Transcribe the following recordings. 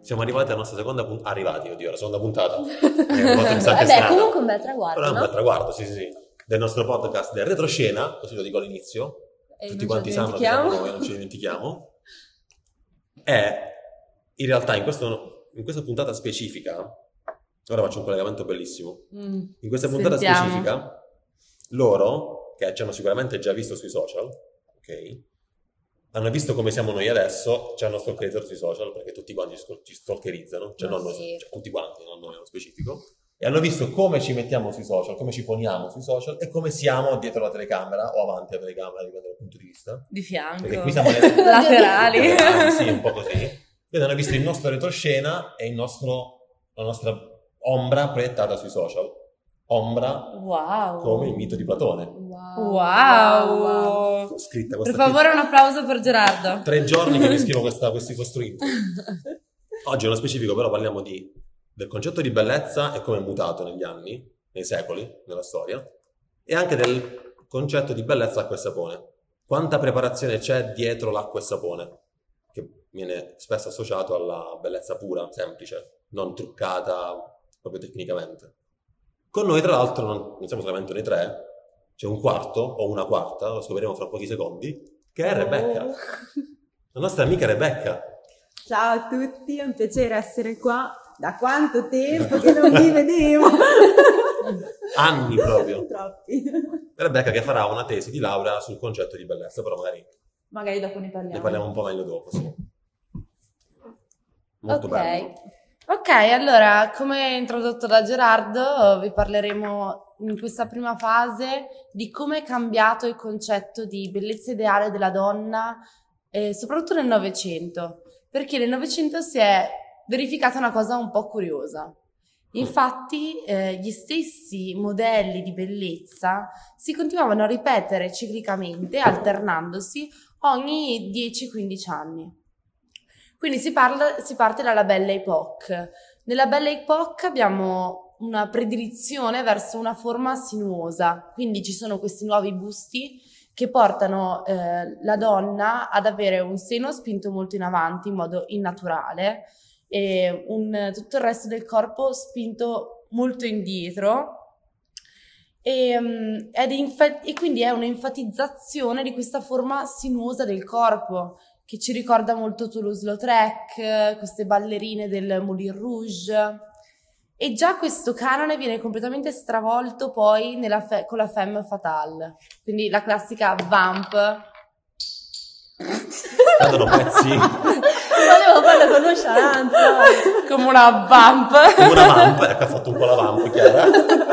Siamo arrivati alla nostra seconda puntata. Arrivati, oddio, la seconda puntata. Vabbè, comunque un bel traguardo. Però è un no? bel traguardo, sì. Del nostro podcast del retroscena, così lo dico all'inizio. Tutti quanti sanno che siamo noi, non ci dimentichiamo. E in realtà in questa puntata specifica, ora faccio un collegamento bellissimo. In questa puntata specifica, loro, che ci hanno sicuramente già visto sui social, ok? Hanno visto come siamo noi adesso, ci hanno stalkerizzato sui social, perché tutti quanti ci stalkerizzano, cioè, tutti quanti, non noi nello specifico, e hanno visto come ci mettiamo sui social, come ci poniamo sui social e come siamo dietro la telecamera o avanti alla telecamera, dipende dal punto di vista. Di fianco. Perché qui siamo laterali. Sì, un po' così. Quindi hanno visto il nostro retroscena e la nostra ombra proiettata sui social. Ombra come il mito di Platone. Wow. Scritta per favore un applauso per Gerardo. 3 giorni che mi scrivo questo intro. Oggi nello specifico però parliamo del concetto di bellezza e come è mutato negli anni, nei secoli, nella storia, e anche del concetto di bellezza acqua e sapone. Quanta preparazione c'è dietro l'acqua e sapone, che viene spesso associato alla bellezza pura, semplice, non truccata proprio tecnicamente. Con noi, tra l'altro, non siamo solamente noi 3, c'è un quarto o una quarta, lo scopriremo fra pochi secondi, che è Rebecca, la nostra amica Rebecca. Ciao a tutti, è un piacere essere qua. Da quanto tempo che non vi vedevo? Anni proprio. Troppi. Rebecca che farà una tesi di laurea sul concetto di bellezza, però magari dopo ne parliamo. Un po' meglio dopo, sì. Molto bello. Ok, allora, come introdotto da Gerardo, vi parleremo in questa prima fase di come è cambiato il concetto di bellezza ideale della donna, soprattutto nel Novecento, perché nel Novecento si è verificata una cosa un po' curiosa. Infatti, gli stessi modelli di bellezza si continuavano a ripetere ciclicamente, alternandosi ogni 10-15 anni. Quindi si parte dalla Belle Époque. Nella Belle Époque abbiamo una predilizione verso una forma sinuosa, quindi ci sono questi nuovi busti che portano la donna ad avere un seno spinto molto in avanti in modo innaturale e tutto il resto del corpo spinto molto indietro e quindi è un'enfatizzazione di questa forma sinuosa del corpo, che ci ricorda molto Toulouse-Lautrec, queste ballerine del Moulin Rouge. E già questo canone viene completamente stravolto poi con la femme fatale, quindi la classica vamp. Cadono pezzi. Volevo farlo con nonchalance. Come una vamp. Come una vamp, ecco, ha fatto un po' la vamp, Chiara.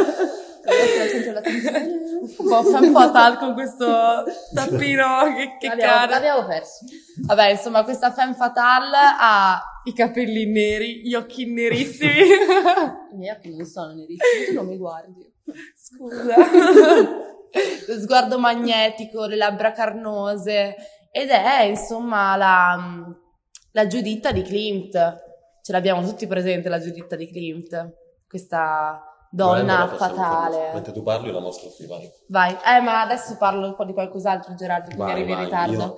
Un po' femme fatale con questo tappino che cade. L'abbiamo perso. Vabbè, insomma, questa femme fatale ha i capelli neri, gli occhi nerissimi. I miei occhi non sono nerissimi, tu non mi guardi. Scusa. Lo sguardo magnetico, le labbra carnose, ed è, insomma, la Giuditta di Klimt. Ce l'abbiamo tutti presente, la Giuditta di Klimt. Questa donna fatale. Mentre tu parli, la mostro qui, vai. Vai, ma adesso parlo un po' di qualcos'altro, Gerardo, quindi arrivi in ritardo.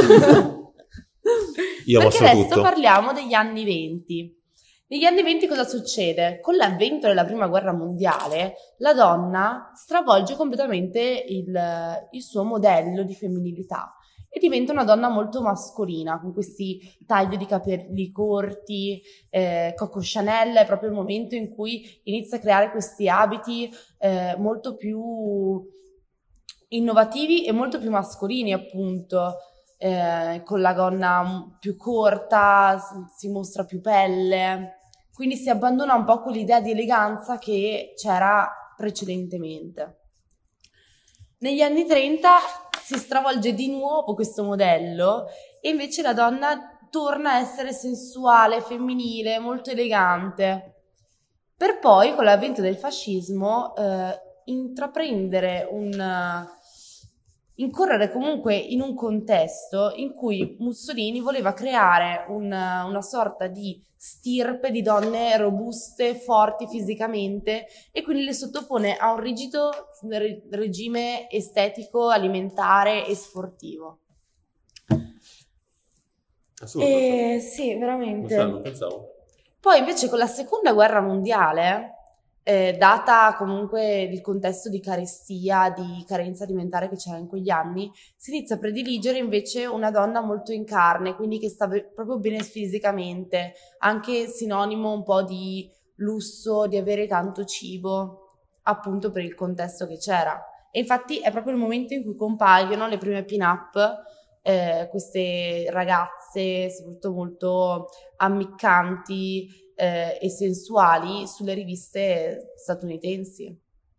Io perché adesso tutto. Parliamo degli anni '20. Negli anni '20 cosa succede? Con l'avvento della Prima Guerra Mondiale, la donna stravolge completamente il suo modello di femminilità e diventa una donna molto mascolina, con questi tagli di capelli corti. Coco Chanel è proprio il momento in cui inizia a creare questi abiti molto più innovativi e molto più mascolini, appunto. Con la gonna più corta, si mostra più pelle, quindi si abbandona un po' quell'idea di eleganza che c'era precedentemente. Negli anni 30 si stravolge di nuovo questo modello e invece la donna torna a essere sensuale, femminile, molto elegante, per poi con l'avvento del fascismo intraprendere incorrere comunque in un contesto in cui Mussolini voleva creare una sorta di stirpe di donne robuste, forti fisicamente, e quindi le sottopone a un rigido regime estetico, alimentare e sportivo. Assurdo. Sì, veramente. Non pensavo. Poi invece con la seconda guerra mondiale, data comunque il contesto di carestia, di carenza alimentare che c'era in quegli anni, si inizia a prediligere invece una donna molto in carne, quindi che sta proprio bene fisicamente, anche sinonimo un po' di lusso, di avere tanto cibo, appunto per il contesto che c'era. E infatti è proprio il momento in cui compaiono le prime pin-up, queste ragazze soprattutto molto ammiccanti e sensuali sulle riviste statunitensi.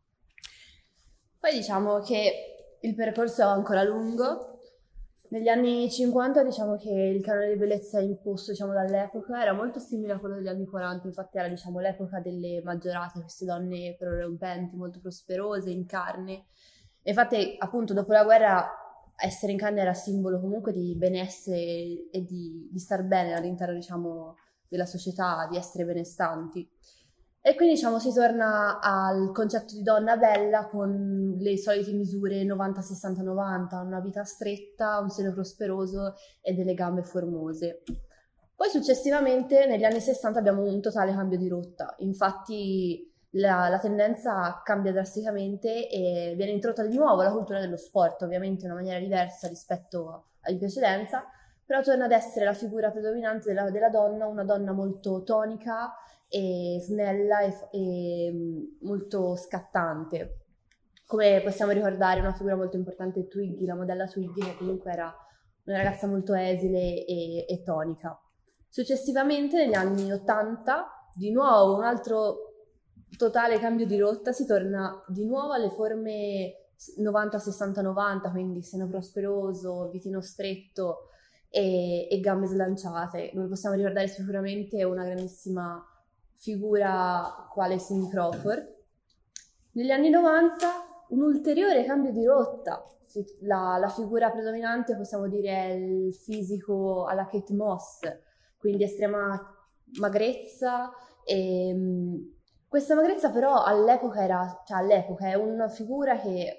Poi diciamo che il percorso è ancora lungo. Negli anni 50 diciamo che il canone di bellezza imposto dall'epoca era molto simile a quello degli anni 40, infatti era l'epoca delle maggiorate, queste donne prorompenti, molto prosperose, in carne. Infatti appunto dopo la guerra essere in carne era simbolo comunque di benessere e di star bene all'interno della società, di essere benestanti. E quindi si torna al concetto di donna bella con le solite misure 90-60-90, una vita stretta, un seno prosperoso e delle gambe formose. Poi successivamente negli anni 60 abbiamo un totale cambio di rotta, infatti la tendenza cambia drasticamente e viene introdotta di nuovo la cultura dello sport, ovviamente in una maniera diversa rispetto in precedenza, però torna ad essere la figura predominante della donna, una donna molto tonica e snella e molto scattante. Come possiamo ricordare una figura molto importante Twiggy, la modella Twiggy, che comunque era una ragazza molto esile e tonica. Successivamente negli anni 80 di nuovo un altro totale cambio di rotta, si torna di nuovo alle forme 90-60-90, quindi seno prosperoso, vitino stretto e gambe slanciate. Noi possiamo ricordare sicuramente una grandissima figura quale Cindy Crawford. Negli anni 90 un ulteriore cambio di rotta, la figura predominante possiamo dire è il fisico alla Kate Moss, quindi estrema magrezza e questa magrezza però all'epoca è una figura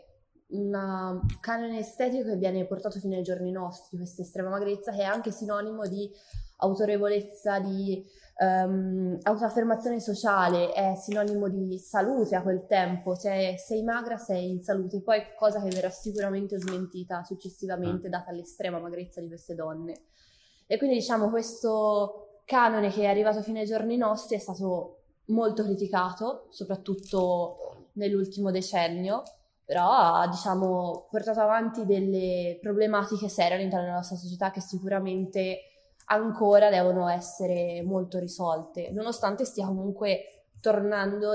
un canone estetico che viene portato fino ai giorni nostri, questa estrema magrezza che è anche sinonimo di autorevolezza, di autoaffermazione sociale, è sinonimo di salute a quel tempo, cioè sei magra sei in salute, poi cosa che verrà sicuramente smentita successivamente data l'estrema magrezza di queste donne. E quindi questo canone che è arrivato fino ai giorni nostri è stato molto criticato, soprattutto nell'ultimo decennio, però ha portato avanti delle problematiche serie all'interno della nostra società che sicuramente ancora devono essere molto risolte, nonostante stia comunque tornando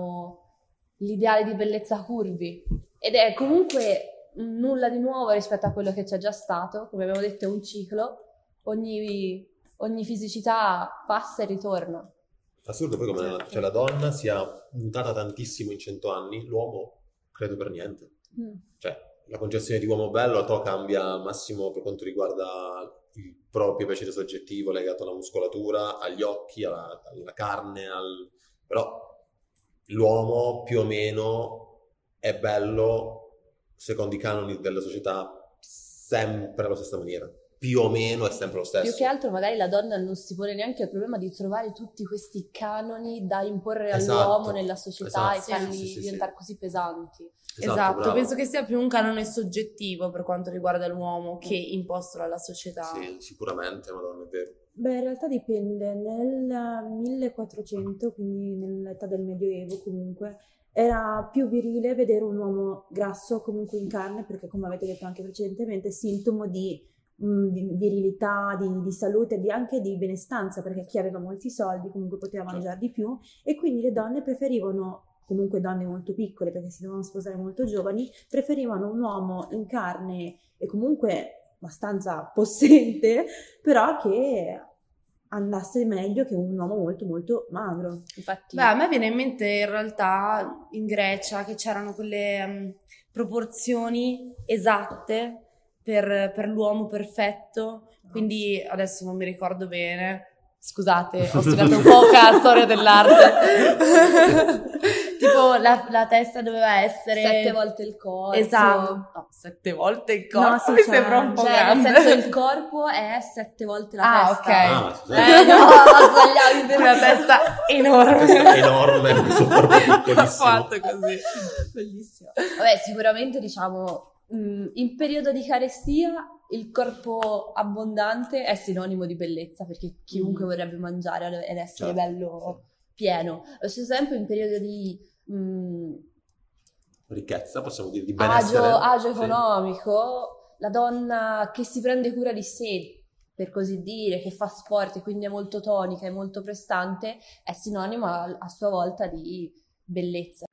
l'ideale di bellezza curvy, ed è comunque nulla di nuovo rispetto a quello che c'è già stato. Come abbiamo detto, è un ciclo, ogni fisicità passa e ritorna. Assurdo poi come la donna sia mutata tantissimo in 100 anni, l'uomo credo per niente. Cioè la concezione di uomo bello cambia massimo per quanto riguarda il proprio piacere soggettivo legato alla muscolatura, agli occhi, alla carne, però l'uomo più o meno è bello secondo i canoni della società sempre alla stessa maniera. Più o meno è sempre lo stesso. Più che altro magari la donna non si pone neanche il problema di trovare tutti questi canoni da imporre all'uomo nella società e farli diventare così pesanti. Esatto, penso che sia più un canone soggettivo per quanto riguarda l'uomo che imposto dalla società. Sì, sicuramente, madonna, è vero. Beh, in realtà dipende. Nel 1400, quindi nell'età del Medioevo comunque, era più virile vedere un uomo grasso comunque in carne, perché come avete detto anche precedentemente è sintomo di virilità, di salute, anche di benestanza, perché chi aveva molti soldi comunque poteva mangiare di più, e quindi le donne preferivano, comunque donne molto piccole perché si dovevano sposare molto giovani, preferivano un uomo in carne e comunque abbastanza possente, però che andasse meglio che un uomo molto molto magro. Infatti, a me viene in mente in realtà in Grecia che c'erano quelle proporzioni esatte per l'uomo perfetto, quindi adesso non mi ricordo bene, scusate, ho studiato un po' la storia dell'arte, Tipo la testa doveva essere 7 volte il corpo. Esatto. No, 7 volte il corpo No, sì, mi cioè, sembra un po' Cioè, grande. nel senso il corpo è 7 volte la testa. Ok. Ah, sì. No, sbagliavi. Una testa enorme. Questa è enorme, questo corpo Ho piccolissimo. fatto così. Bellissimo. Vabbè, sicuramente diciamo in periodo di carestia il corpo abbondante è sinonimo di bellezza, perché chiunque vorrebbe mangiare ed essere Certo, bello pieno. Allo stesso tempo in periodo di Ricchezza, possiamo dire, di benessere. agio Sì. economico, la donna che si prende cura di sé, per così dire, che fa sport e quindi è molto tonica, è molto prestante, è sinonimo a sua volta di bellezza.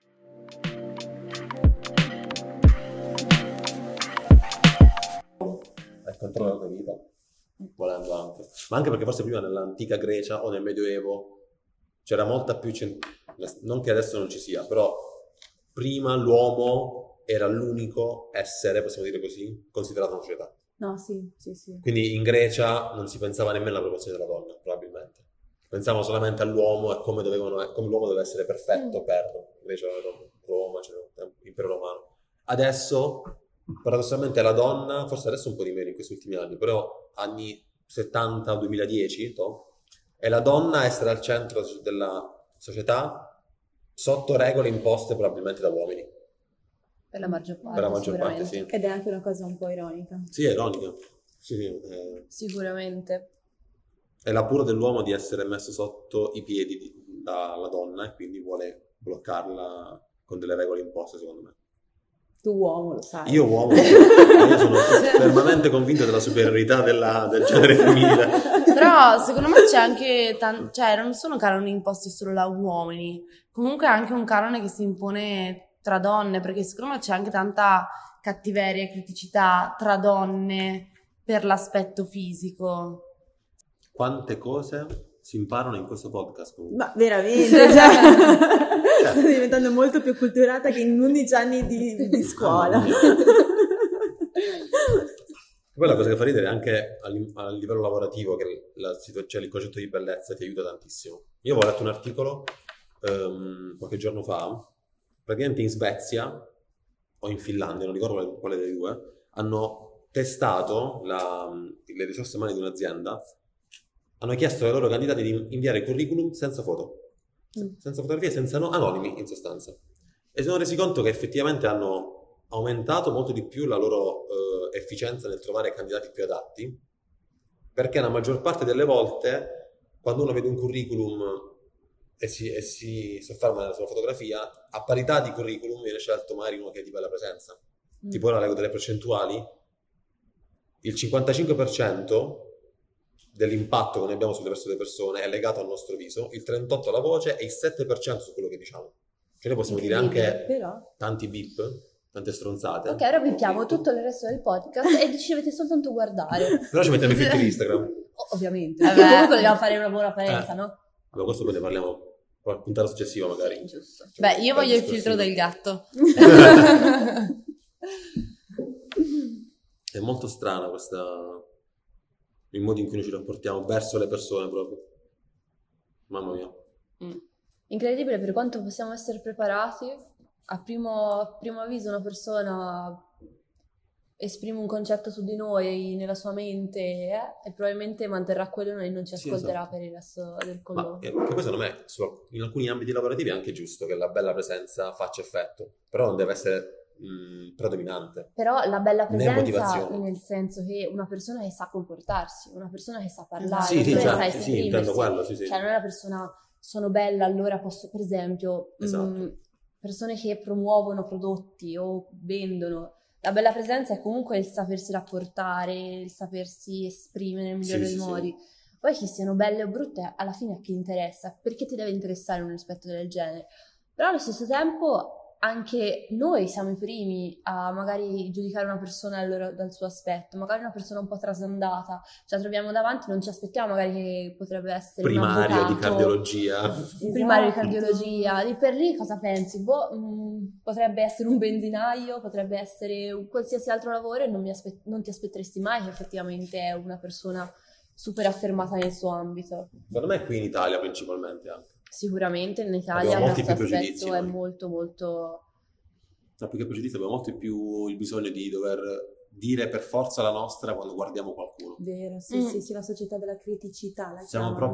Controlla la tua vita, volendo anche. Ma anche perché forse prima nell'antica Grecia o nel Medioevo c'era molta più... non che adesso non ci sia, però prima l'uomo era l'unico essere, possiamo dire così, considerato una società. No, sì. Quindi in Grecia non si pensava nemmeno alla proporzione della donna, probabilmente. Pensavano solamente all'uomo e come l'uomo doveva essere perfetto per Grecia, Roma, cioè, l'impero romano. Adesso, paradossalmente, la donna, forse adesso un po' di meno in questi ultimi anni, però anni 70-2010, è la donna a essere al centro della società sotto regole imposte probabilmente da uomini. Per la maggior parte. Per la maggior parte, sì. Ed è anche una cosa un po' ironica. Sì, è ironica. Sì, Sicuramente. è la pura dell'uomo di essere messo sotto i piedi dalla donna e quindi vuole bloccarla con delle regole imposte, secondo me. Tu uomo lo sai. Io uomo, io sono fermamente convinto della superiorità del genere femminile. Però secondo me c'è anche cioè non sono canoni imposti solo da uomini, comunque è anche un canone che si impone tra donne, perché secondo me c'è anche tanta cattiveria e criticità tra donne per l'aspetto fisico. Quante cose si imparano in questo podcast comunque. Ma veramente, sto diventando molto più culturata che in 11 anni di scuola. Poi la cosa che fa ridere è anche a livello lavorativo, che cioè il concetto di bellezza ti aiuta tantissimo. Io avevo letto un articolo qualche giorno fa, praticamente in Svezia o in Finlandia, non ricordo quale delle due, hanno testato le risorse umane di un'azienda, hanno chiesto ai loro candidati di inviare curriculum senza foto, senza fotografie, senza anonimi in sostanza. E si sono resi conto che effettivamente hanno aumentato molto di più la loro efficienza nel trovare candidati più adatti, perché la maggior parte delle volte quando uno vede un curriculum e si sofferma nella sua fotografia, a parità di curriculum viene scelto magari uno che è di bella presenza. Tipo ora leggo delle percentuali, il 55% dell'impatto che noi abbiamo verso le persone è legato al nostro viso, il 38% alla voce e il 7% su quello che diciamo. Cioè noi possiamo dire anche tanti beep, tante stronzate. Ok, ora mettiamo tutto il resto del podcast e ci dovete soltanto guardare. Però ci mettiamo i filtri di Instagram. Ovviamente. Comunque dobbiamo fare una buona apparenza, no? Allora questo poi ne parliamo la puntata successiva magari. Sì, giusto. Beh, io voglio il filtro del gatto. È molto strana il modo in cui noi ci rapportiamo verso le persone proprio. Mamma mia. Incredibile per quanto possiamo essere preparati. A primo avviso una persona esprime un concetto su di noi nella sua mente e probabilmente manterrà quello e non ci ascolterà per il resto del colloquio. Che poi secondo me in alcuni ambiti lavorativi è anche giusto che la bella presenza faccia effetto, però non deve essere predominante. Però la bella presenza nel senso che una persona che sa comportarsi, una persona che sa parlare, sì, una persona che sa sì, esprimersi. intendo quello, sì. Cioè non è una persona, sono bella allora posso, per esempio, persone che promuovono prodotti o vendono. La bella presenza è comunque il sapersi rapportare, il sapersi esprimere nel migliore dei modi. Poi che siano belle o brutte, alla fine a chi interessa? Perché ti deve interessare un aspetto del genere? Però allo stesso tempo anche noi siamo i primi a magari giudicare una persona dal suo aspetto, magari una persona un po' trasandata, ce la troviamo davanti, non ci aspettiamo magari che potrebbe essere primario un avvocato, di cardiologia. Primario di cardiologia, lì per lì cosa pensi? Potrebbe essere un benzinaio, potrebbe essere un qualsiasi altro lavoro e non ti aspetteresti mai che effettivamente è una persona super affermata nel suo ambito. Secondo me qui in Italia principalmente anche. Sicuramente in Italia Abbiamo molti questo più pregiudizi aspetto è noi. molto molto... No, più che pregiudizio abbiamo molto più il bisogno di dover dire per forza la nostra quando guardiamo qualcuno. Vero, sì, la società della criticità. La Siamo chiamano.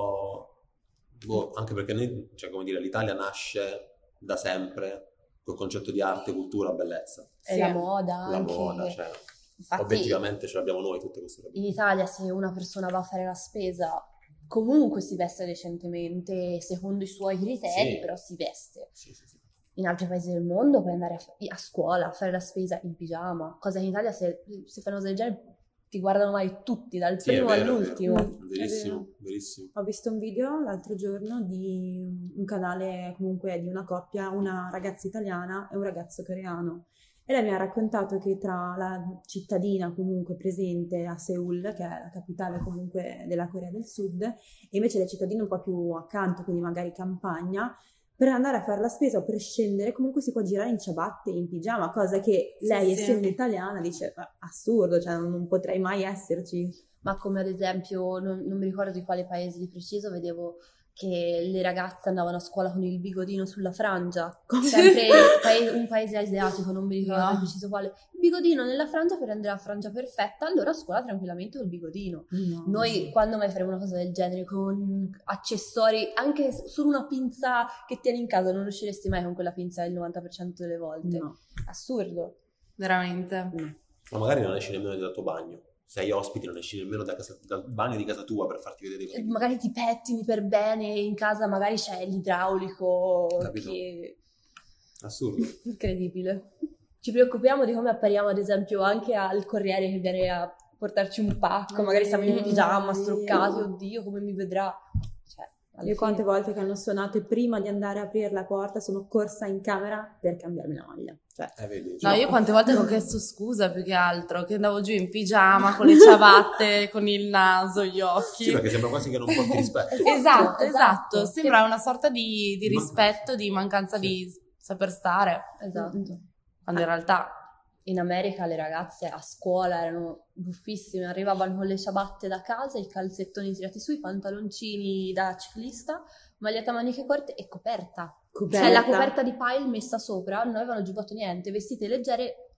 proprio... anche perché noi, cioè, come dire, l'Italia nasce da sempre col concetto di arte, cultura, bellezza. È la moda La anche. moda, cioè, Infatti, obiettivamente ce l'abbiamo noi tutte queste cose. in Italia se una persona va a fare la spesa comunque si veste decentemente secondo i suoi criteri, Sì. però si veste. Sì, sì, sì. In altri paesi del mondo puoi andare a scuola a fare la spesa in pigiama, cosa che in Italia se fai una cosa del genere ti guardano mai tutti, dal Sì, è primo vero, all'ultimo. è vero. È Verissimo, vero. verissimo. Ho visto un video l'altro giorno di un canale comunque di una coppia, una ragazza italiana e un ragazzo coreano. E lei mi ha raccontato che tra la cittadina comunque presente a Seoul, che è la capitale comunque della Corea del Sud, e invece le cittadine un po' più accanto, quindi magari campagna, per andare a fare la spesa o per scendere comunque si può girare in ciabatte, in pigiama, cosa che lei sì. essendo italiana dice assurdo, cioè non potrei mai esserci. Ma come ad esempio, non mi ricordo di quale paese di preciso, vedevo che le ragazze andavano a scuola con il bigodino sulla frangia, sempre un paese asiatico, non mi ricordo No. di preciso quale, il bigodino nella frangia per rendere la frangia perfetta, allora a scuola tranquillamente col bigodino. No. Noi quando mai faremo una cosa del genere con accessori, anche solo una pinza che tieni in casa, non riusciresti mai con quella pinza il 90% delle volte. No. Assurdo. Veramente. Ma magari non esci nemmeno dal tuo bagno. Se hai ospiti non esci nemmeno dal bagno di casa tua per farti vedere così. Magari ti pettini per bene, in casa magari c'è l'idraulico Capito. che... Assurdo. Incredibile. Ci preoccupiamo di come appariamo ad esempio anche al corriere che viene a portarci un pacco, magari siamo in pigiama, struccati, oddio come mi vedrà. Cioè, alla Io quante fine- volte che hanno suonato e prima di andare a aprire la porta sono corsa in camera per cambiarmi la maglia. Cioè, Vedi? No, io quante volte ho chiesto scusa più che altro, che andavo giù in pigiama con le ciabatte, con il naso, gli occhi. Sì, perché sembra quasi che non porti rispetto. Esatto. Sembra Che- una sorta di rispetto, di mancanza di saper stare, Esatto. quando in realtà... In America le ragazze a scuola erano buffissime, arrivavano con le ciabatte da casa, i calzettoni tirati su, i pantaloncini da ciclista, maglietta a maniche corte e coperta. Cioè la coperta di pile messa sopra, non avevano giubbato niente, vestite leggere,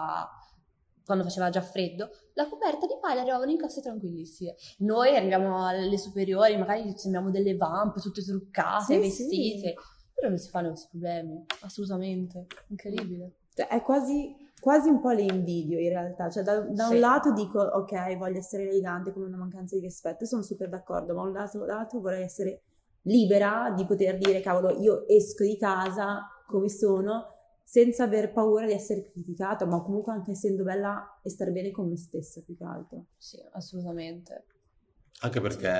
quando faceva già freddo, la coperta di pile arrivavano in classe tranquillissime. Noi arriviamo alle superiori, magari sembriamo delle vamp, tutte truccate, Sì, vestite, però non si fanno questi problemi, assolutamente, incredibile. Cioè, è quasi un po' le invidio in realtà, cioè da Sì. un lato dico ok, voglio essere elegante come una mancanza di rispetto, sono super d'accordo, ma da un lato vorrei essere libera di poter dire cavolo, io esco di casa come sono senza aver paura di essere criticata, ma comunque anche essendo bella e stare bene con me stessa più che altro. Sì, assolutamente. Anche perché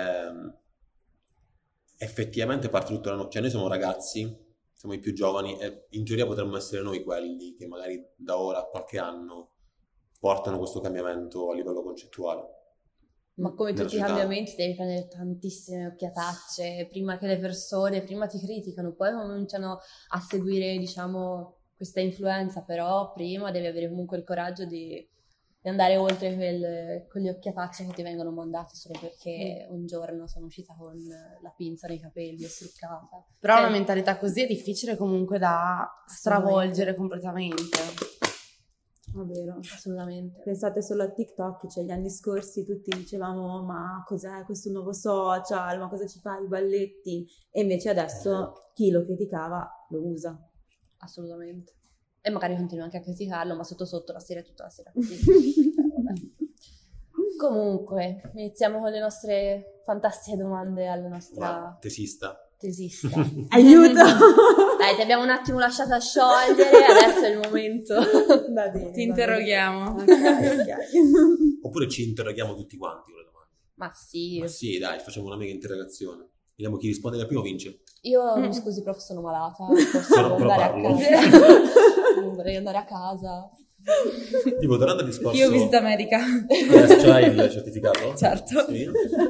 effettivamente parte tutto cioè noi siamo ragazzi, siamo i più giovani e in teoria potremmo essere noi quelli che magari da ora a qualche anno portano questo cambiamento a livello concettuale. Ma come Nella tutti i società. cambiamenti devi prendere tantissime occhiatacce prima che le persone, prima ti criticano, poi cominciano a seguire, diciamo, questa influenza, però prima devi avere comunque il coraggio di andare oltre quelle occhiatacce che ti vengono mandate solo perché un giorno sono uscita con la pinza nei capelli e struccata. Però Cioè, una mentalità così è difficile comunque da stravolgere completamente. Vero. assolutamente. Pensate solo a TikTok, cioè gli anni scorsi tutti dicevamo ma cos'è questo nuovo social, ma cosa ci fai i balletti? E invece adesso chi lo criticava lo usa. Assolutamente. E magari continui anche a criticarlo, ma sotto sotto la sera è tutta la sera così. Vabbè. Comunque, iniziamo con le nostre fantastiche domande alla nostra Ma, tesista. tesista. Aiuto! Dai, ti abbiamo un attimo lasciato a sciogliere, adesso è il momento. Va bene, Ti interroghiamo. va bene. Ok. Oppure ci interroghiamo tutti quanti con le domande. Ma sì, Ma sì, dai, facciamo una mega interrogazione. Vediamo chi risponde da primo vince. io mi scusi prof, sono malata, posso Però andare a parlo. casa. Vorrei andare a casa. Tipo, tornando al discorso... Io ho visita medica. Adesso c'hai il certificato? Certo. Sì.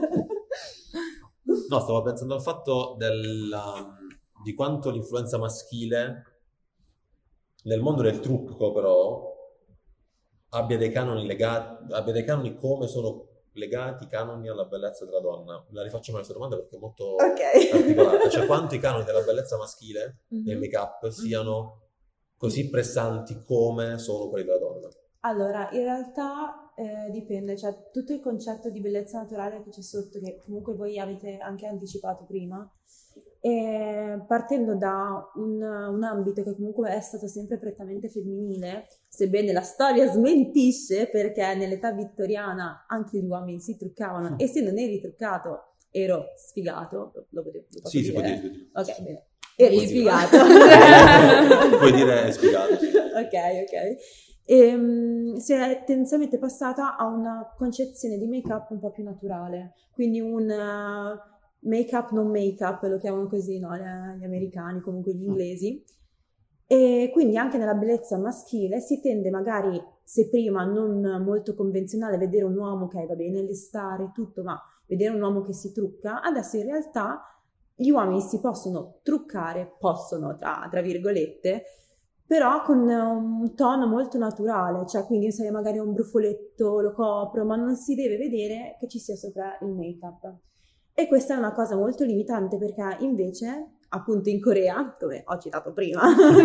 No, stavo pensando al fatto di quanto l'influenza maschile nel mondo del trucco però abbia dei canoni come sono legati i canoni alla bellezza della donna? La rifaccio mai questa domanda perché è molto Ok. articolata. Cioè, quanto i canoni della bellezza maschile nel make-up siano così pressanti come sono quelli della donna? Allora, in realtà dipende, cioè tutto il concetto di bellezza naturale che c'è sotto, che comunque voi avete anche anticipato prima, partendo da un ambito che comunque è stato sempre prettamente femminile, sebbene la storia smentisce, perché nell'età vittoriana anche gli uomini si truccavano e se non eri truccato ero sfigato, lo posso Sì, dire? si può dire. Ok, bene. Eri Puoi dire. sfigato. Puoi dire sfigato. Ok. Si è tendenzialmente passata a una concezione di make-up un po' più naturale, quindi un make-up non make-up, lo chiamano così, no? Gli americani, comunque gli inglesi. E quindi anche nella bellezza maschile si tende magari, se prima non molto convenzionale, vedere un uomo che va bene le star e tutto, ma vedere un uomo che si trucca, adesso in realtà gli uomini si possono truccare, tra virgolette, però con un tono molto naturale, cioè quindi se magari un brufoletto lo copro, ma non si deve vedere che ci sia sopra il make-up. E questa è una cosa molto limitante perché invece, appunto in Corea, dove ho citato prima,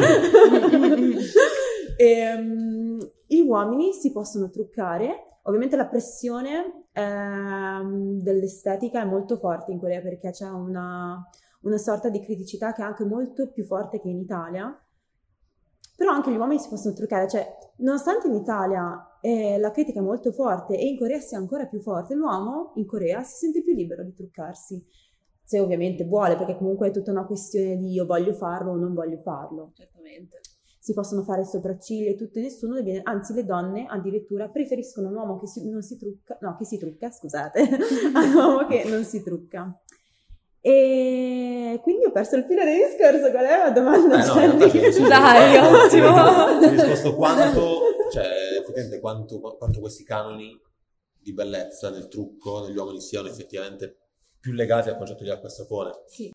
gli uomini si possono truccare. Ovviamente la pressione dell'estetica è molto forte in Corea perché c'è una sorta di criticità che è anche molto più forte che in Italia. Però anche gli uomini si possono truccare, cioè nonostante in Italia la critica è molto forte e in Corea sia ancora più forte, l'uomo in Corea si sente più libero di truccarsi, se ovviamente vuole, perché comunque è tutta una questione di io voglio farlo o non voglio farlo. Certamente. Si possono fare il sopracciglia e tutto, nessuno deve, anzi le donne addirittura preferiscono un uomo che non si trucca, no, che si trucca, scusate, a un uomo che non si trucca. E quindi ho perso il filo del discorso. Qual è la domanda? No, in realtà Dai, ottimo. Ho risposto effettivamente quanto questi canoni di bellezza nel trucco negli uomini siano effettivamente più legati al concetto di acqua e sapone. Sì.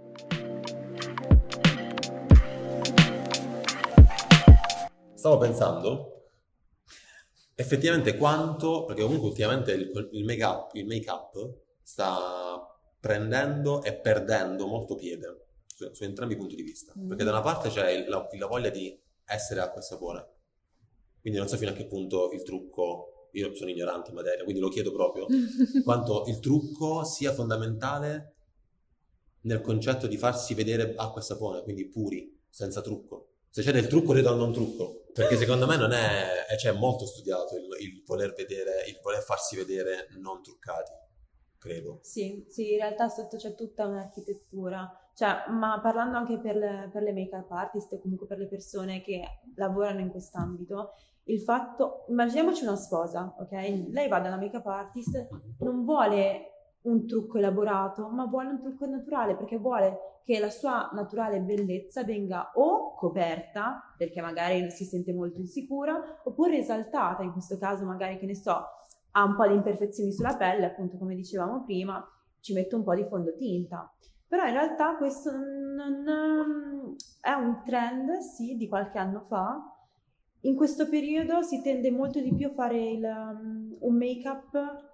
Stavo pensando effettivamente quanto, perché comunque ultimamente il make-up sta prendendo e perdendo molto piede su entrambi i punti di vista, perché da una parte c'è la voglia di essere acqua e sapone, quindi non so fino a che punto il trucco, io sono ignorante in materia, quindi lo chiedo proprio, quanto il trucco sia fondamentale nel concetto di farsi vedere acqua e sapone, quindi puri, senza trucco. Se c'è del trucco dietro al non trucco, perché secondo me non è, cioè è molto studiato il voler vedere, il voler farsi vedere non truccati, credo. Sì, in realtà sotto c'è tutta un'architettura, cioè, ma parlando anche per le make-up artist o comunque per le persone che lavorano in quest'ambito, il fatto, immaginiamoci una sposa, ok? Lei va da una make-up artist, non vuole un trucco elaborato, ma vuole un trucco naturale, perché vuole che la sua naturale bellezza venga o coperta, perché magari si sente molto insicura, oppure esaltata, in questo caso magari, che ne so, ha un po' di imperfezioni sulla pelle, appunto come dicevamo prima, ci metto un po' di fondotinta. Però in realtà questo non è un trend, sì, di qualche anno fa. In questo periodo si tende molto di più a fare un make-up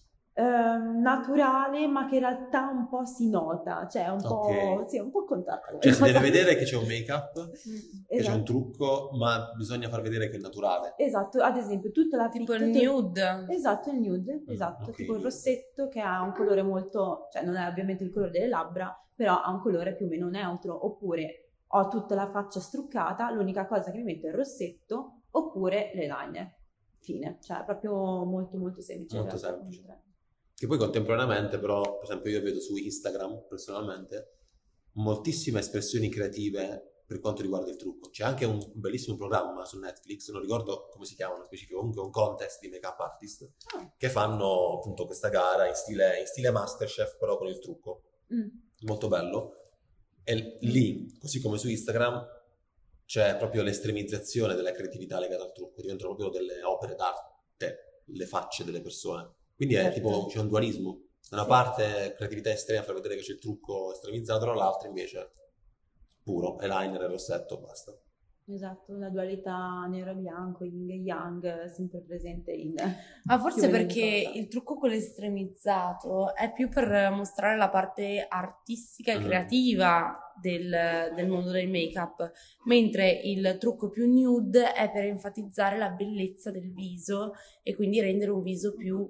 naturale, ma che in realtà un po' si nota, cioè un po', sì, un po' contatto. Cioè si deve vedere che c'è un make-up, che esatto. c'è un trucco, ma bisogna far vedere che è naturale. Esatto, ad esempio tutta la Tipo fitta, il nude. Esatto, il nude, esatto, ok. tipo il rossetto che ha un colore molto, cioè non è ovviamente il colore delle labbra, però ha un colore più o meno neutro, oppure ho tutta la faccia struccata, l'unica cosa che mi metto è il rossetto, oppure l'eyeliner, fine, cioè proprio molto molto semplice. Molto semplice. Che poi contemporaneamente però, per esempio io vedo su Instagram personalmente moltissime espressioni creative per quanto riguarda il trucco. C'è anche un bellissimo programma su Netflix, non ricordo come si chiama nello specifico, comunque un contest di make-up artist che fanno appunto questa gara in stile Masterchef però con il trucco. Molto bello. E lì, così come su Instagram, c'è proprio l'estremizzazione della creatività legata al trucco, diventano proprio delle opere d'arte, le facce delle persone. Quindi è tipo, c'è un dualismo. Da una parte creatività estrema, per vedere che c'è il trucco estremizzato, dall'altra invece puro, eyeliner e rossetto, basta. Esatto, la dualità nero-bianco, yin e yang, sempre presente in... Ma forse più o meno perché cosa. il trucco quello estremizzato è più per mostrare la parte artistica e creativa del mondo del make-up, mentre il trucco più nude è per enfatizzare la bellezza del viso e quindi rendere un viso più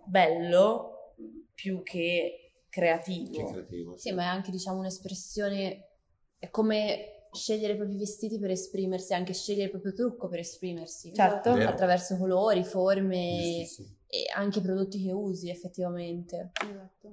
bello più che creativo. Che creativo. Sì, ma è anche, diciamo, un'espressione, è come scegliere i propri vestiti per esprimersi, anche scegliere il proprio trucco per esprimersi. Certo. Vero. Attraverso colori, forme Giustissimo. e anche prodotti che usi effettivamente. Esatto.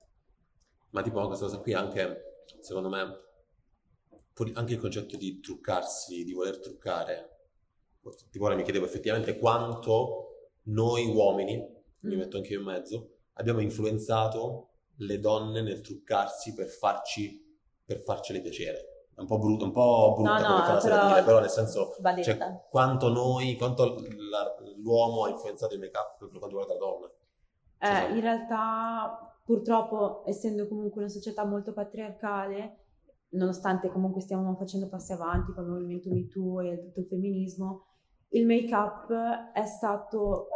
Ma tipo questa cosa qui anche, secondo me, anche il concetto di truccarsi, di voler truccare. Tipo ora mi chiedevo effettivamente quanto noi uomini, mi metto anche io in mezzo, abbiamo influenzato le donne nel truccarsi per farcele piacere. È un po' brutta No, come frase da dire, però nel senso, va cioè, detta. quanto l'uomo ha influenzato il make-up per quanto riguarda la donna. In realtà, purtroppo, essendo comunque una società molto patriarcale, nonostante comunque stiamo facendo passi avanti con il movimento Me Too e tutto il femminismo, il make-up è stato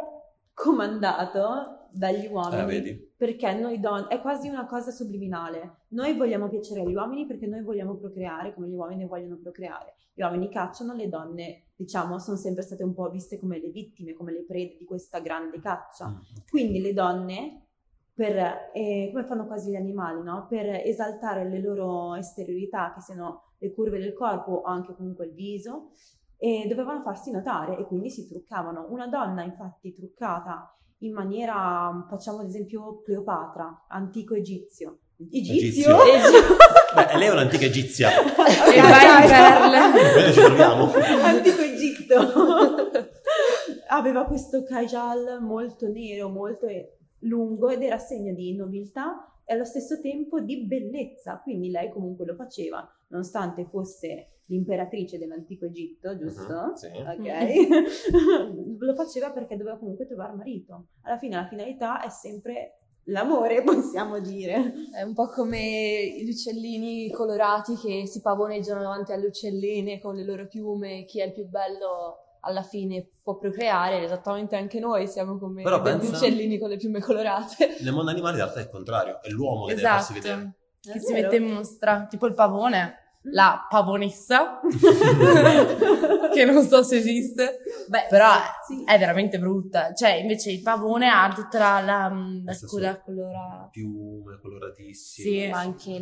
comandato dagli uomini, Vedi? perché noi donne, è quasi una cosa subliminale. Noi vogliamo piacere agli uomini perché noi vogliamo procreare come gli uomini vogliono procreare. Gli uomini cacciano, le donne, diciamo, sono sempre state un po' viste come le vittime, come le prede di questa grande caccia. Quindi le donne, come fanno quasi gli animali, no? Per esaltare le loro esteriorità, che siano le curve del corpo o anche comunque il viso, e dovevano farsi notare e quindi si truccavano. Una donna infatti truccata in maniera, facciamo ad esempio Cleopatra, antico egizio. Egizio? Beh, lei è un'antica egizia. E vai in perle. Noi ci troviamo. Antico Egitto. Aveva questo kajal molto nero, molto lungo ed era segno di nobiltà e allo stesso tempo di bellezza, quindi lei comunque lo faceva, nonostante fosse l'imperatrice dell'antico Egitto, giusto? Sì. Ok. Lo faceva perché doveva comunque trovare marito. Alla fine la finalità è sempre l'amore, possiamo dire. È un po' come gli uccellini colorati che si pavoneggiano davanti alle uccelline con le loro piume, chi è il più bello alla fine può procreare, esattamente anche noi siamo come Però degli pensa- uccellini con le piume colorate. Nel mondo animale in realtà è il contrario, è l'uomo che deve farsi vedere. Esatto. Che È si vero. mette in mostra, tipo il pavone, la pavonessa, che non so se esiste, Beh, però sì. è veramente brutta. Cioè, invece il pavone ha tutta la Questa coda colorata. Piume coloratissime. Sì. ma anche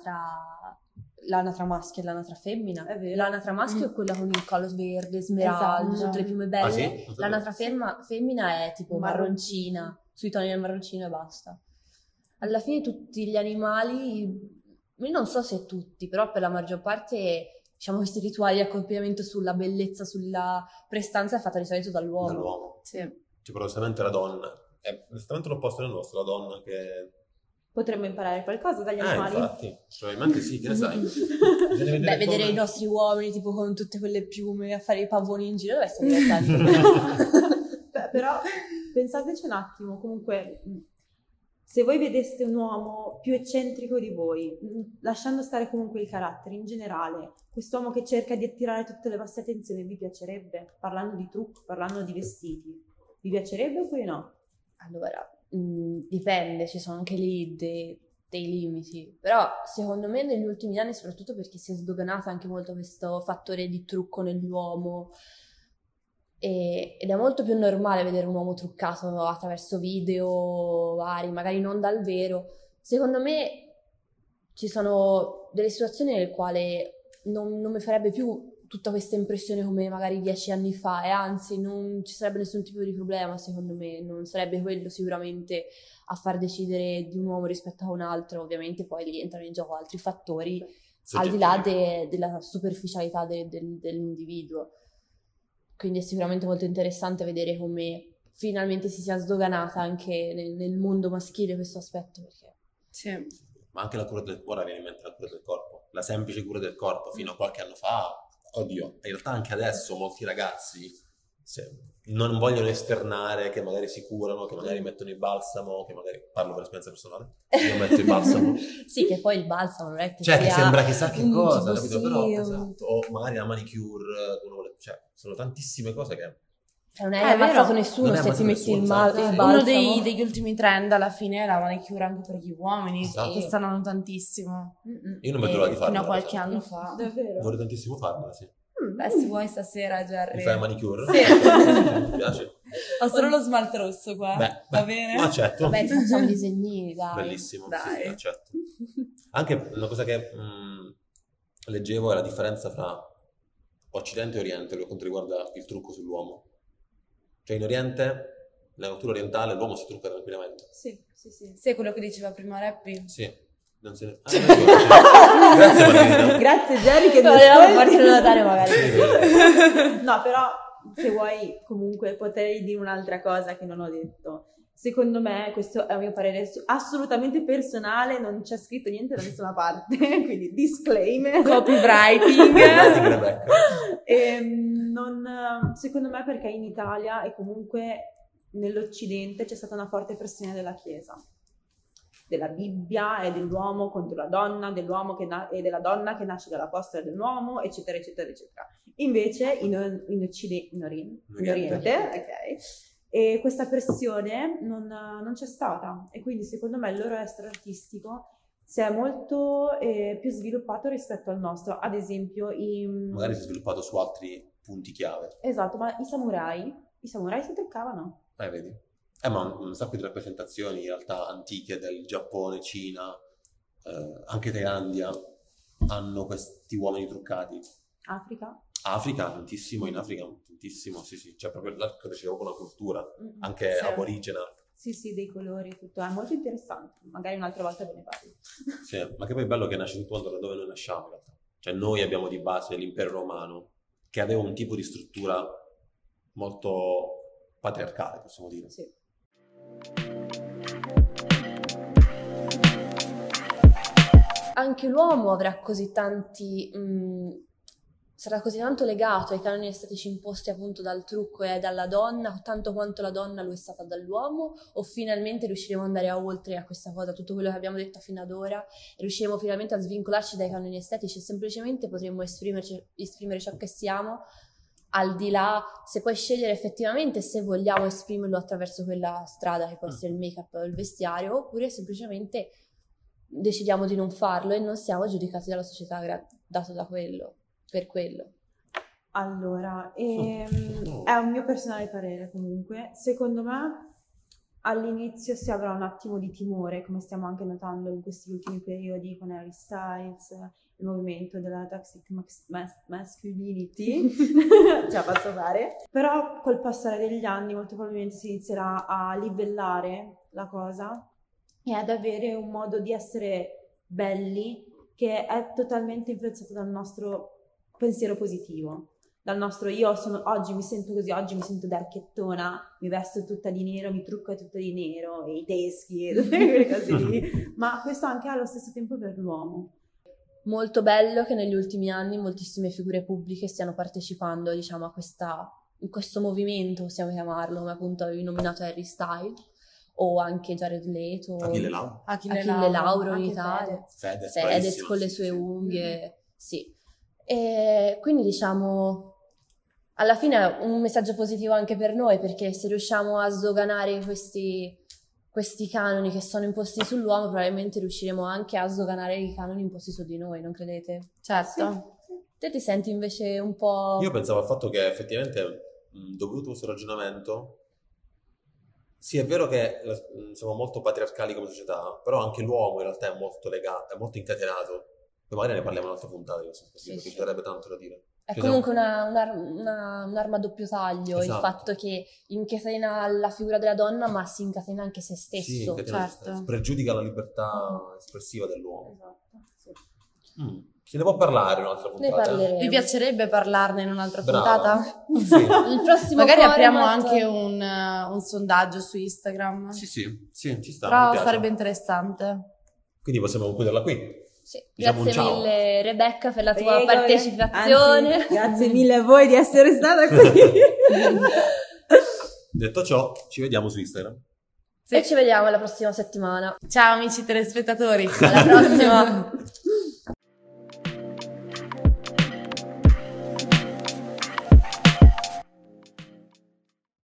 l'anatra maschio e l'anatra femmina. È vero. L'anatra maschio è quella con il collo verde, smeraldo, Esatto. tutte le piume belle. Ah, sì? Non sapevo. L'anatra femmina è tipo Marroncina. marroncina, sui toni del marroncino e basta. Alla fine tutti gli animali, io non so se tutti, però per la maggior parte, diciamo, questi rituali di accoppiamento sulla bellezza, sulla prestanza è fatta di solito dall'uomo. Dall'uomo. Sì. Cioè, probabilmente la donna è esattamente l'opposto del nostro, la donna che... Potremmo imparare qualcosa dagli animali. infatti, probabilmente sì, che ne sai? Beh, vedere i nostri uomini tipo con tutte quelle piume a fare i pavoni in giro deve essere divertente. Beh, però pensateci un attimo, comunque, se voi vedeste un uomo più eccentrico di voi, lasciando stare comunque il carattere in generale, quest'uomo che cerca di attirare tutte le vostre attenzioni, vi piacerebbe? Parlando di trucco, parlando di vestiti, vi piacerebbe oppure no? Allora, dipende, ci sono anche lì dei limiti, però secondo me negli ultimi anni, soprattutto perché si è sdoganato anche molto questo fattore di trucco nell'uomo, ed è molto più normale vedere un uomo truccato attraverso video vari, magari non dal vero. Secondo me ci sono delle situazioni nelle quali non mi farebbe più tutta questa impressione come magari 10 anni fa, e anzi non ci sarebbe nessun tipo di problema, secondo me, non sarebbe quello sicuramente a far decidere di un uomo rispetto a un altro. Ovviamente poi lì entrano in gioco altri fattori al di là della superficialità dell'individuo. Quindi è sicuramente molto interessante vedere come finalmente si sia sdoganata anche nel mondo maschile questo aspetto, perché Sì. Ma anche la cura del cuore, viene in mente la cura del corpo, la semplice cura del corpo fino a qualche anno fa, oddio, in realtà anche adesso molti ragazzi non vogliono esternare, che magari si curano, che magari mettono il balsamo, che magari parlo per esperienza personale, io metto il balsamo. Sì, che poi il balsamo non è che cioè sia... che sembra chissà che cosa, capito? Sì, Però, esatto. O magari la manicure, cioè sono tantissime cose che... Cioè, non hai ammazzato nessuno se ti metti il balsamo. Uno degli ultimi trend alla fine è la manicure anche per gli uomini, esatto. che stanno andando tantissimo. Io non vedo l'ora di farla. Fino a qualche anno fa. Davvero? Vorrei tantissimo farla, sì. Beh, se vuoi stasera, Jerry. Mi fai la manicure? Sì. Mi piace. Ho solo lo smalto rosso qua. Va bene? Accetto. Vabbè, ti facciamo disegnini, dai. Bellissimo, dai. sì, accetto. Anche una cosa che leggevo è la differenza fra Occidente e Oriente per quanto riguarda il trucco sull'uomo. Cioè in Oriente, nella cultura orientale, l'uomo si trucca tranquillamente. Sì. Sì, è quello che diceva prima Rappi. Sì. Non se ne... Grazie Marina. Grazie Jerry che mi volevamo fartelo notare magari. No, però se vuoi comunque potrei dire un'altra cosa che non ho detto. Secondo me, questo è un mio parere assolutamente personale, non c'è scritto niente da nessuna parte, quindi disclaimer. Copywriting. Secondo me perché in Italia e comunque nell'Occidente c'è stata una forte pressione della Chiesa, della Bibbia e dell'uomo contro la donna, dell'uomo e della donna che nasce dall'apostola dell'uomo, eccetera, eccetera, eccetera. Invece in Oriente, ok, e questa pressione non c'è stata, e quindi secondo me il loro essere artistico si è molto più sviluppato rispetto al nostro. Ad esempio magari si è sviluppato su altri punti chiave. Esatto, ma i samurai si truccavano. Vedi? Ma un sacco di rappresentazioni in realtà antiche del Giappone, Cina, anche Thailandia, hanno questi uomini truccati. Africa, tantissimo, in Africa tantissimo, sì. Cioè proprio là c'è proprio una cultura, anche aborigena. Sì, dei colori, tutto. È molto interessante. Magari un'altra volta ve ne parlo. Sì, ma che poi è bello che nasce tutto da dove noi nasciamo in realtà. Cioè noi abbiamo di base l'impero romano, che aveva un tipo di struttura molto patriarcale, possiamo dire. Sì. Anche l'uomo avrà così tanti... sarà così tanto legato ai canoni estetici imposti appunto dal trucco e dalla donna, tanto quanto la donna lo è stata dall'uomo, o finalmente riusciremo ad andare oltre a questa cosa, tutto quello che abbiamo detto fino ad ora, e riusciremo finalmente a svincolarci dai canoni estetici e semplicemente potremo esprimere ciò che siamo, al di là, se puoi scegliere effettivamente se vogliamo esprimerlo attraverso quella strada che può essere il make-up o il vestiario, oppure semplicemente decidiamo di non farlo e non siamo giudicati dalla società dato da quello. Per quello. Allora, è un mio personale parere comunque. Secondo me all'inizio si avrà un attimo di timore, come stiamo anche notando in questi ultimi periodi con Harry Styles, il movimento della toxic masculinity, ce la posso fare. Però col passare degli anni molto probabilmente si inizierà a livellare la cosa e ad avere un modo di essere belli che è totalmente influenzato dal nostro pensiero positivo, dal nostro oggi mi sento così, oggi mi sento darchettona, mi vesto tutta di nero, mi trucco tutta di nero, e i teschi e tutte quelle cose lì, ma questo anche allo stesso tempo per l'uomo. Molto bello che negli ultimi anni moltissime figure pubbliche stiano partecipando, diciamo, in questo movimento, possiamo chiamarlo, come appunto avevi nominato Harry Styles, o anche Jared Leto, Achille Lauro in Italia, Fedez con le sue unghie, sì. E quindi diciamo alla fine è un messaggio positivo anche per noi, perché se riusciamo a sdoganare questi canoni che sono imposti sull'uomo, probabilmente riusciremo anche a sdoganare i canoni imposti su di noi, non credete? Certo. Sì. Te ti senti invece un po'... Io pensavo al fatto che effettivamente, dovuto questo ragionamento, sì, è vero che siamo molto patriarcali come società, però anche l'uomo in realtà è molto legato, è molto incatenato. Poi magari ne parliamo un'altra puntata, perché ci sarebbe tanto da dire. È comunque un'arma a doppio taglio, esatto. Il fatto che incatena la figura della donna, ma si incatena anche se stesso. Sì, certo. Pregiudica la libertà espressiva dell'uomo. Esatto, sì. Se ne può parlare un'altra puntata? Vi piacerebbe parlarne in un'altra puntata? Sì. Il prossimo magari apriamo anche un sondaggio su Instagram. Sì, ci sta. Però sarebbe interessante. Quindi possiamo concluderla qui. Sì. Diciamo grazie mille Rebecca per la tua partecipazione. Anzi, grazie mille a voi di essere stata qui. Detto ciò, ci vediamo su Instagram. Sì. E ci vediamo la prossima settimana. Ciao amici telespettatori. Alla prossima.